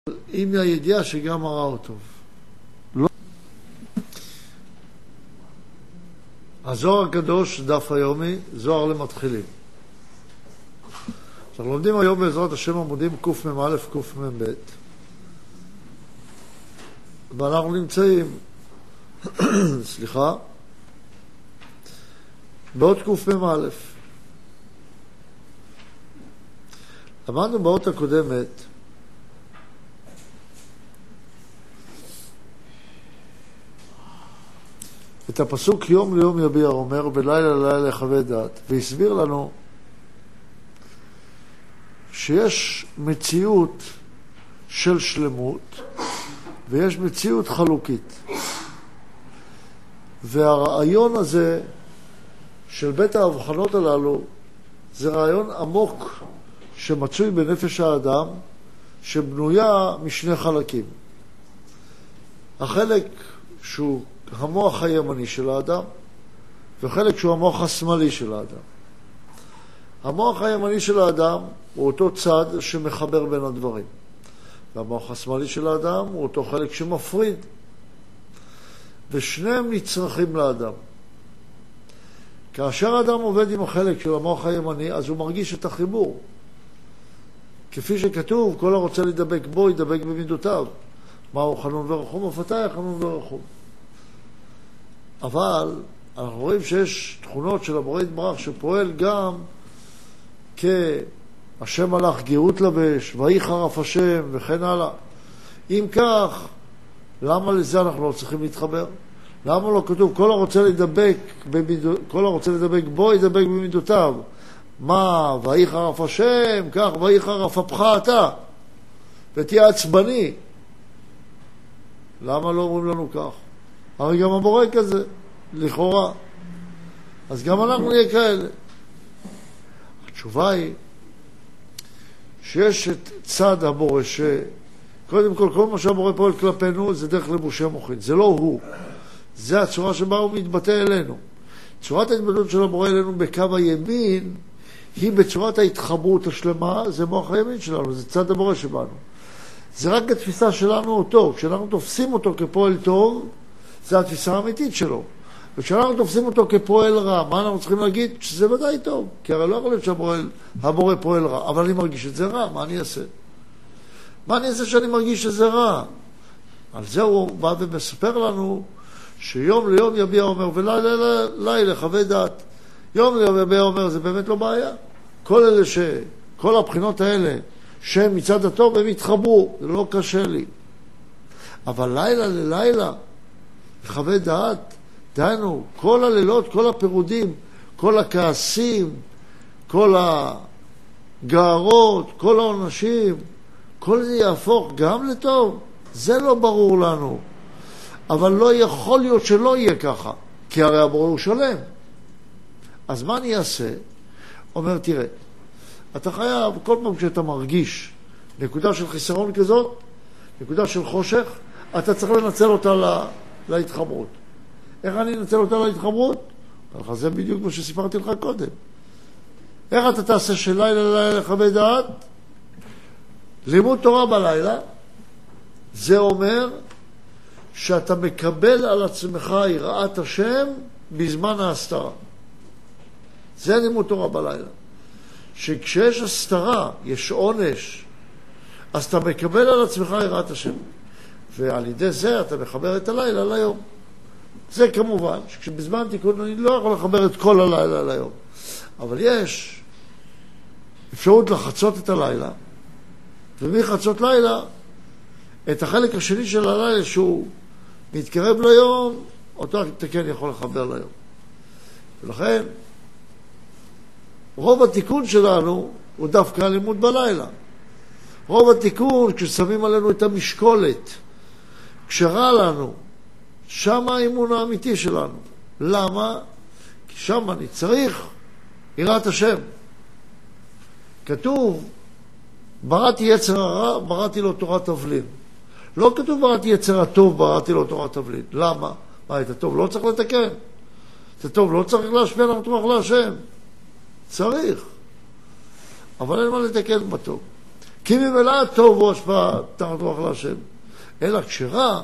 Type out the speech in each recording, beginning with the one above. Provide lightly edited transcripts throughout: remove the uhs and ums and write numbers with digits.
עם הידיעה שגם הרע הוא טוב. לא. הזוהר הקדוש, דף היומי, זוהר למתחילים. אנחנו לומדים היום בעזרת השם עמודים קמ"א קמ"ב, ואנחנו נמצאים באות קמ"א. למדנו באות הקודמת את הפסוק יום ליום יביע אומר ולילה לילה יחווה דעת, והסביר לנו שיש מציאות של שלמות ויש מציאות חלוקית, והרעיון הזה של בית ההבחנות הללו זה רעיון עמוק שמצוי בנפש האדם, שבנויה משני חלקים. החלק שהוא המוח הימני של האדם וחלק שהוא המוח השמאלי של האדם. המוח הימני של האדם הוא אותו צד שמחבר בין הדברים, והמוח השמאלי של האדם הוא אותו חלק שמפריד, ושניהם נצרכים לאדם. כאשר האדם עובד עם החלק של המוח הימני, אז הוא מרגיש את החיבור. כפי שכתוב, כל הרוצה לדבק בו, ידבק במידותיו. מהו חנון ורחום? אף חנון ורחום. אבל אנחנו רואים שיש תכונות של הבורא יתברך שפועל גם השם הלך גאות לבש, ויהי חרף השם וכן הלאה. אם כך, למה לזה אנחנו לא צריכים להתחבר? למה לא כתוב כל הרוצה לדבק בו ידבק במידותיו? מה, ויהי חרף השם, כך ויהי חרף אפך אתה, ותהיה עצבני. למה לא אומרים לנו כך? הרי גם הבורא כזה, לכאורה. אז גם אנחנו נהיה כאלה. התשובה היא שיש את צד הבורא שקודם כל מה שהבורא פועל כלפינו זה דרך לבושי מוחין. זה לא הוא. זה הצורה שבה הוא מתבטא אלינו. צורת ההתבטאות של הבורא אלינו בקו הימין היא בצורת ההתחברות השלמה, זה מוח הימין שלנו, זה צד הבורא שבנו. זה רק התפיסה שלנו אותו. כשאנחנו תופסים אותו כפועל טוב, זה התפיסה האמיתית שלו. וכשאנחנו תופסים אותו כפועל רע, מה אנחנו צריכים להגיד? שזה ודאי טוב. כי הרי לא יכול להיות שהבורא פועל רע, אבל אני מרגיש את זה רע, מה אני אעשה? מה אני אעשה שאני מרגיש שזה רע? על זה הוא בא ומספר לנו שיום ליום יביע אומר ולילה לילה יחווה דעת. יום ליום יביע אומר זה באמת לא בעיה. כל הבחינות האלה שהם מצד הטוב הם יתחברו, זה לא קשה לי. אבל לילה ללילה יחווה דעת, דהיינו, כל הלילות, כל הפירודים, כל הכעסים, כל הגערות, כל העונשים, כל זה יהפוך גם לטוב. זה לא ברור לנו. אבל לא יכול להיות שלא יהיה ככה, כי הרי הבורא הוא שלם. אז מה אני אעשה? אומר, תראה, אתה חייב, כל פעם שאתה מרגיש נקודה של חיסרון כזאת, נקודה של חושך, אתה צריך לנצל אותה להתחברות. איך אני אנצל אותה להתחברות? זה בדיוק מה שסיפרתי לך קודם. איך אתה תעשה שלילה לילה יחווה דעת? לימוד תורה בלילה, זה אומר שאתה מקבל על עצמך יראת השם בזמן ההסתרה. זה לימוד תורה בלילה. שכשיש הסתרה, יש עונש, אז אתה מקבל על עצמך יראת השם. ועל ידי זה אתה מחבר את הלילה ליום. זה כמובן, שכשבזמן תיקון אני לא יכול לחבר את כל הלילה ליום. אבל יש אפשרות לחצות את הלילה, ומחצות לילה, את החלק השני של הלילה שהוא מתקרב ליום, אותו אתה כן יכול לחבר ליום. ולכן, רוב התיקון שלנו הוא דווקא לימוד בלילה. רוב התיקון, כששמים עלינו את המשקולת, כשרע לנו, שם האמון האמיתי שלנו. למה? כי שם אני צריך יראת השם. כתוב, בראתי יצר הרע, בראתי לו תורת תבלין. לא כתוב בראתי יצר הטוב, בראתי לו תורת תבלין. למה? מה, את הטוב לא צריך לתקן? את הטוב לא צריך להשפיע למטרוח להשם. צריך. אבל אין מה לתקן בטוב. כי ממילא טוב הוא השפעה תחת רוח להשם. אלא כשרע,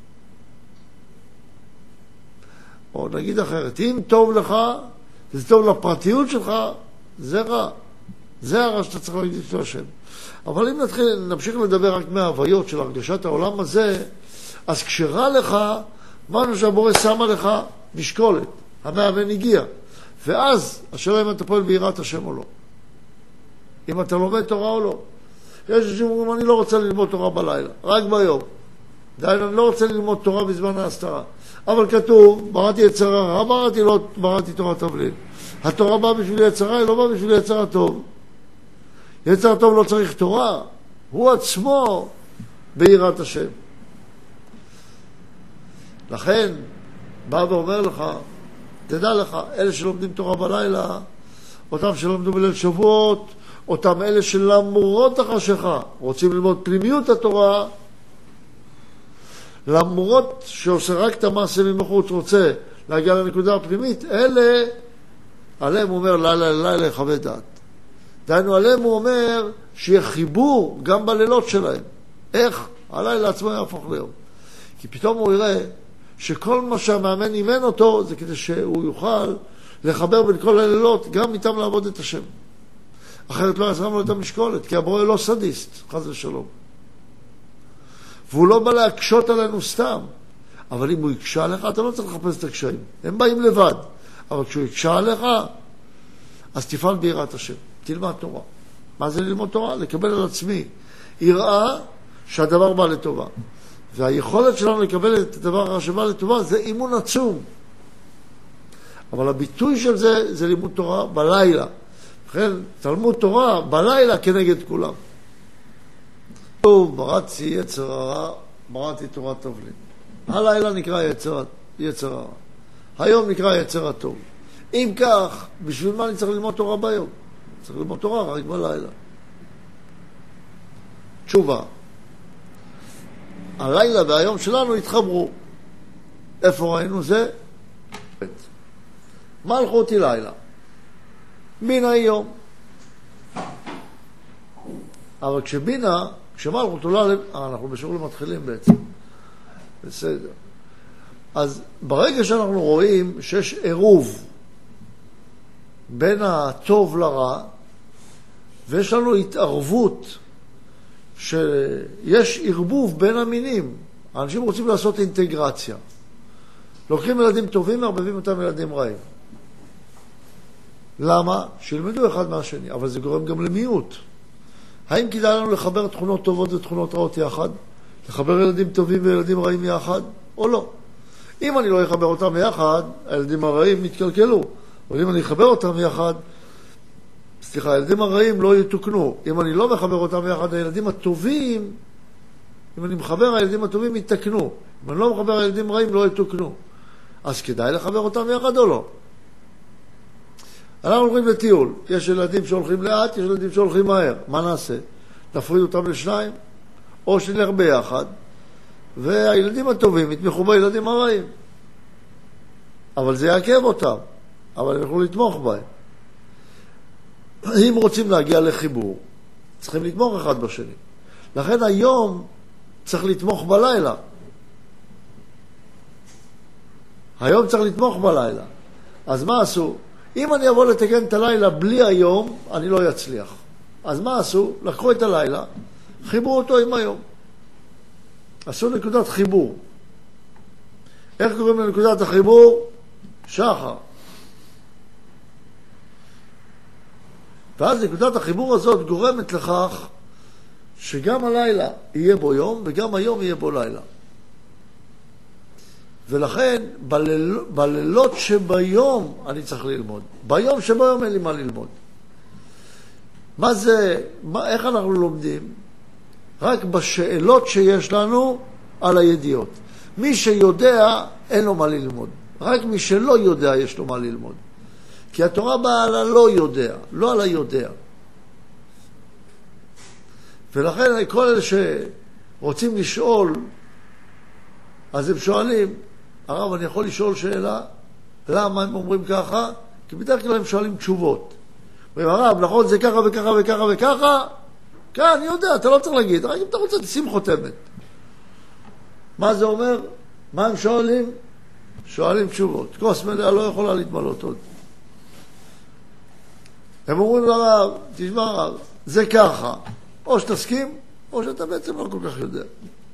או נגיד אחרת, אם טוב לך, זה טוב לפרטיות שלך, זה רע. זה הרע שאתה צריך להגיד את השם. אבל אם נמשיך לדבר רק מההוויות של הרגשת העולם הזה, אז כשרע לך, אמרנו שהבורא שמה לך משקולת, המאמן הגיע. ואז השאלה אם אתה פועל ביראת השם או לא. אם אתה לומד תורה או לא. יש שאומרים, אני לא רוצה ללמוד תורה בלילה, רק ביום. דיינו, אני לא רוצה ללמוד תורה בזמן ההסתרה. אבל כתוב, בראתי יצר הרע, בראתי תורת תבלין. התורה באה בשביל יצר הרע, היא לא באה בשביל יצר הטוב. יצר הטוב לא צריך תורה, הוא עצמו ביראת השם. לכן, בא ואומר לך, תדע לך, אלה שלומדים תורה בלילה, אותם שלומדו בליל שבועות, אותם אלה שלמרות החשיכה רוצים ללמוד פנימיות התורה, למרות שעושה רק את המעשה מבחוץ, רוצה להגיע לנקודה הפנימית, אלה, עליהם הוא אומר לילה יחווה דעת. דהיינו, עליהם הוא אומר שיהיה חיבור גם בלילות שלהם. איך? הלילה עצמו יהפוך ליום. כי פתאום הוא יראה שכל מה שהמאמן אימן אותו זה כדי שהוא יוכל לחבר בין כל הלילות, גם איתם לעבוד את השם. אחרת לא יעזרם לו את המשקולת, כי הבורא לא סדיסט, חס ושלום. והוא לא בא להקשות עלינו סתם. אבל אם הוא יקשה עליך, אתה לא צריך לחפש את הקשיים. הם באים לבד. אבל כשהוא יקשה עליך, אז תפעל ביראת השם. תלמד תורה. מה זה ללמוד תורה? לקבל על עצמי יראה שהדבר בא לטובה. והיכולת שלנו לקבל את הדבר שבא לטובה זה אימון עצום. אבל הביטוי של זה זה לימוד תורה בלילה. לכן תלמוד תורה בלילה כנגד כולם. בראתי יצר הרע, בראתי תורת תבלין. הלילה נקרא יצר הרע. היום נקרא יצר הטוב. אם כך, בשביל מה אני צריך ללמוד תורה ביום? צריך ללמוד תורה רק בלילה. תשובה. הלילה והיום שלנו התחברו. איפה ראינו זה? מלכות היא לילה. בינה היא יום. אבל כשמלכות עולה, אנחנו בשיעור למתחילים בעצם. בסדר. אז ברגע שאנחנו רואים שיש עירוב בין הטוב לרע, ויש לנו התערבות שיש ערבוב בין המינים, האנשים רוצים לעשות אינטגרציה. לוקחים ילדים טובים, מערבבים אותם ילדים רעים. למה? שילמדו אחד מהשני, אבל זה גורם גם למיעוט. האם כדאי לנו לחבר תכונות טובות ותכונות רעות יחד? לחבר ילדים טובים וילדים רעים יחד? או לא? אם אני לא אחבר אותם יחד, הילדים הרעים מתקלקלו. אבל אם אני אחבר אותם יחד, הילדים הרעים לא יתוקנו. אם אני לא מחבר אותם יחד, הילדים הטובים, אם אני מחבר, הילדים הטובים יתקנו. אם אני לא מחבר, הילדים רעים לא יתוקנו. אז כדאי לחבר אותם יחד או לא? אנחנו הולכים לטיול. יש ילדים שהולכים לאט, יש ילדים שהולכים מהר. מה נעשה? נפריד אותם לשניים, או שנלך ביחד, והילדים הטובים יתמכו בילדים הרעים. אבל זה יעכב אותם. אבל הם יכולים לתמוך בהם. אם רוצים להגיע לחיבור, צריכים לתמוך אחד בשני. לכן היום צריך לתמוך בלילה. היום צריך לתמוך בלילה. אז מה עשו? אם אני אבוא לתקן את הלילה בלי היום, אני לא אצליח. אז מה עשו? לקחו את הלילה, חיברו אותו עם היום. עשו נקודת חיבור. איך קוראים לנקודת החיבור? שחר. ואז נקודת החיבור הזאת גורמת לכך שגם הלילה יהיה בו יום וגם היום יהיה בו לילה. ולכן בלילות שביום אני צריך ללמוד. ביום שביום אין לי מה ללמוד. מה זה, איך אנחנו לומדים? רק בשאלות שיש לנו על הידיעות. מי שיודע אין לו מה ללמוד. רק מי שלא יודע יש לו מה ללמוד. כי התורה באה על הלא יודע, לא על היודע. ולכן כל אלה שרוצים לשאול, אז הם שואלים, הרב, אני יכול לשאול שאלה? למה הם אומרים ככה? כי בדרך כלל הם שואלים תשובות. אומרים, הרב, נכון זה ככה וככה וככה וככה? כן, אני יודע, אתה לא צריך להגיד, רק אם אתה רוצה תשים חותמת. מה זה אומר? מה הם שואלים? שואלים תשובות. כוס מלאה לא יכולה להתמלות עוד. הם אומרים לרב, תשמע רב, זה ככה. או שתסכים, או שאתה בעצם לא כל כך יודע.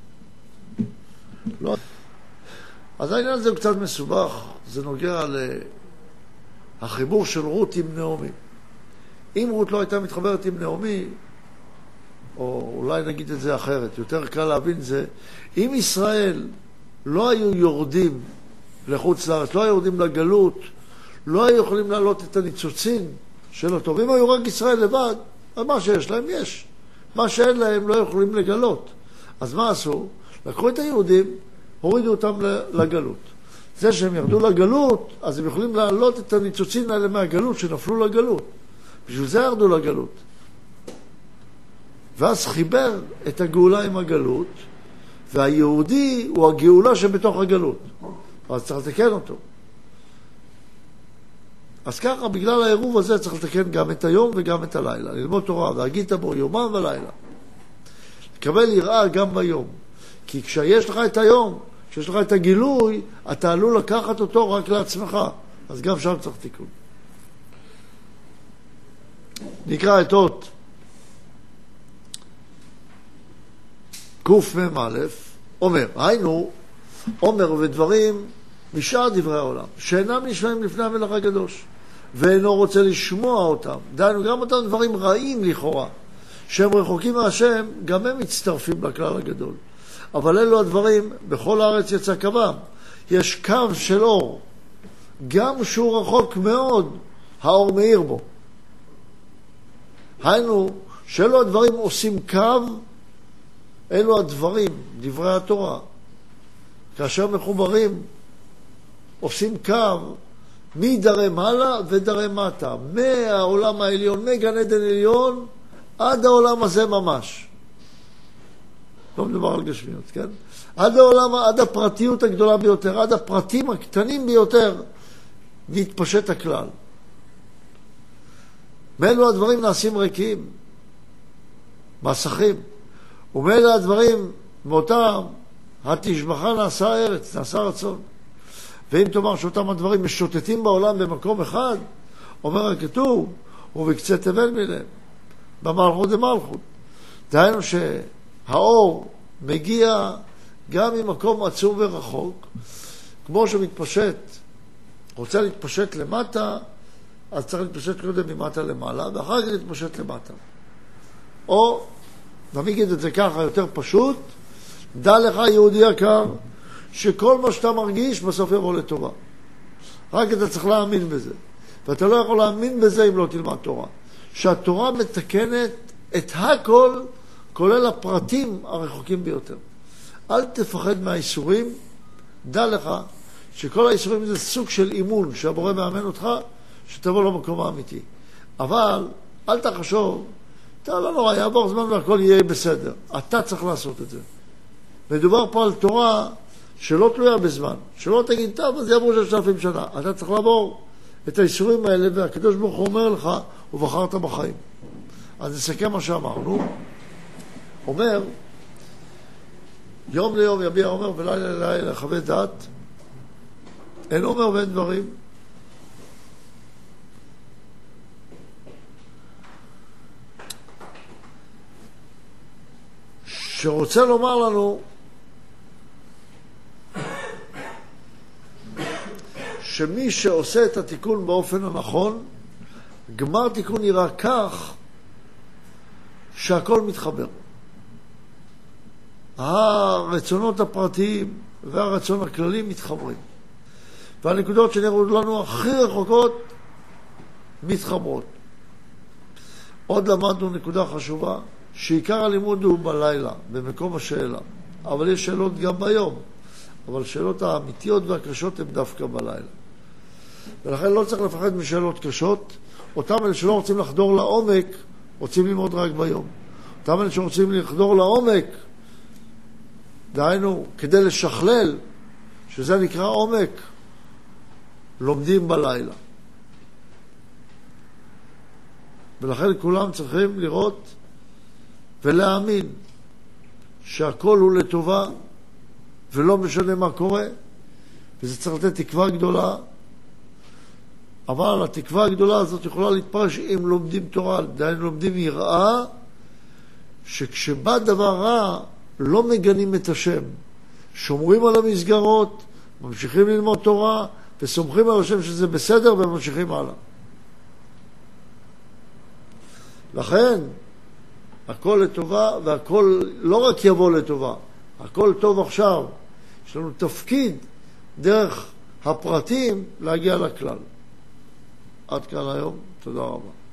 לא. אז העניין הזה הוא קצת מסובך. זה נוגע לחיבור של רות עם נעמי. אם רות לא הייתה מתחברת עם נעמי, או אולי נגיד את זה אחרת, יותר קל להבין זה, אם ישראל לא היו יורדים לחוץ לארץ, לא היו יורדים לגלות, לא היו יכולים להעלות את הניצוצין של הטוב. אם היו רק ישראל לבד, אז מה שיש להם יש. מה שאין להם לא יכולים לגלות. אז מה עשו? לקחו את היהודים, הורידו אותם לגלות. זה שהם ירדו לגלות, אז הם יכולים להעלות את הניצוצין האלה מהגלות שנפלו לגלות. בשביל זה ירדו לגלות. ואז חיבר את הגאולה עם הגלות, והיהודי הוא הגאולה שבתוך הגלות. אז צריך לתקן אותו. אז ככה, בגלל העירוב הזה צריך לתקן גם את היום וגם את הלילה. ללמוד תורה, והגית בו יומם ולילה. לקבל יראה גם ביום. כי כשיש לך את היום, כשיש לך את הגילוי, אתה עלול לקחת אותו רק לעצמך. אז גם שם צריך תיקון. נקרא את אות קמ"א, אומר, היינו, אומר ודברים משאר דברי העולם, שאינם נשמעים לפני המלך הקדוש, ואינו רוצה לשמוע אותם. דיינו, גם אותם דברים רעים לכאורה, שהם רחוקים מהשם, גם הם מצטרפים לכלל הגדול. אבל אלו הדברים, בכל הארץ יצא קוום. יש קו של אור, גם שהוא רחוק מאוד, האור מאיר בו. היינו, שאלו הדברים עושים קו, אלו הדברים, דברי התורה. כאשר מחוברים, עושים קו מדרי מעלה ודרי מטה, מהעולם העליון, מגן עדן עליון, עד העולם הזה ממש. לא מדובר על גשמיות, כן? עד העולם, עד הפרטיות הגדולה ביותר, עד הפרטים הקטנים ביותר, להתפשט הכלל. מאלו הדברים נעשים ריקים, מסכים. ומאלו הדברים, מאותם, התשבחה נעשה ארץ, נעשה רצון. ואם תאמר שאותם הדברים משוטטים בעולם במקום אחד, אומר הכתוב, ובקצה תבל מלהם, במלכות דמלכות. דהיינו שהאור מגיע גם ממקום עצום ורחוק, כמו שמתפשט, רוצה להתפשט למטה, אז צריך להתפשט קודם ממטה למעלה, ואחר כך להתפשט למטה. או, נגיד את זה ככה יותר פשוט, דע לך יהודי יקר, שכל מה שאתה מרגיש בסוף יבוא לטובה. רק אתה צריך להאמין בזה. ואתה לא יכול להאמין בזה אם לא תלמד תורה. שהתורה מתקנת את הכל, כולל הפרטים הרחוקים ביותר. אל תפחד מהאיסורים, דע לך שכל האיסורים זה סוג של אימון שהבורא מאמן אותך, שתבוא למקום האמיתי. אבל אל תחשוב, אתה לא נורא, יעבור זמן והכל יהיה בסדר. אתה צריך לעשות את זה. מדובר פה על תורה שלא תלויה בזמן, שלא תגיד, טוב, אז יעברו 6,000 שנה. אתה צריך לעבור את האיסורים האלה, והקדוש ברוך הוא אומר לך, ובחרת בחיים. אז נסכם מה שאמרנו. אומר, יום ליום יביע אומר, ולילה ללילה לחווה דעת, אין אומר ואין דברים. שרוצה לומר לנו, שמי שעושה את התיקון באופן הנכון, גמר תיקון נראה כך שהכל מתחבר. הרצונות הפרטיים והרצון הכללי מתחברים. והנקודות שנראו לנו הכי רחוקות מתחברות. עוד למדנו נקודה חשובה, שעיקר הלימוד הוא בלילה, במקום השאלה. אבל יש שאלות גם ביום. אבל שאלות האמיתיות והקשות הן דווקא בלילה. ולכן לא צריך לפחד משאלות קשות. אותם אלה שלא רוצים לחדור לעומק, רוצים ללמוד רק ביום. אותם אלה שרוצים לחדור לעומק, דהיינו, כדי לשכלל, שזה נקרא עומק, לומדים בלילה. ולכן כולם צריכים לראות ולהאמין שהכל הוא לטובה ולא משנה מה קורה, וזה צריך לתת תקווה גדולה. אבל התקווה הגדולה הזאת יכולה להתפרש אם לומדים תורה, דהיינו לומדים יראה, שכשבא דבר רע לא מגנים את השם, שומרים על המסגרות, ממשיכים ללמוד תורה וסומכים על השם שזה בסדר וממשיכים הלאה. לכן הכל לטובה, והכל לא רק יבוא לטובה, הכל טוב עכשיו. יש לנו תפקיד דרך הפרטים להגיע לכלל. עד כאן היום, תודה רבה.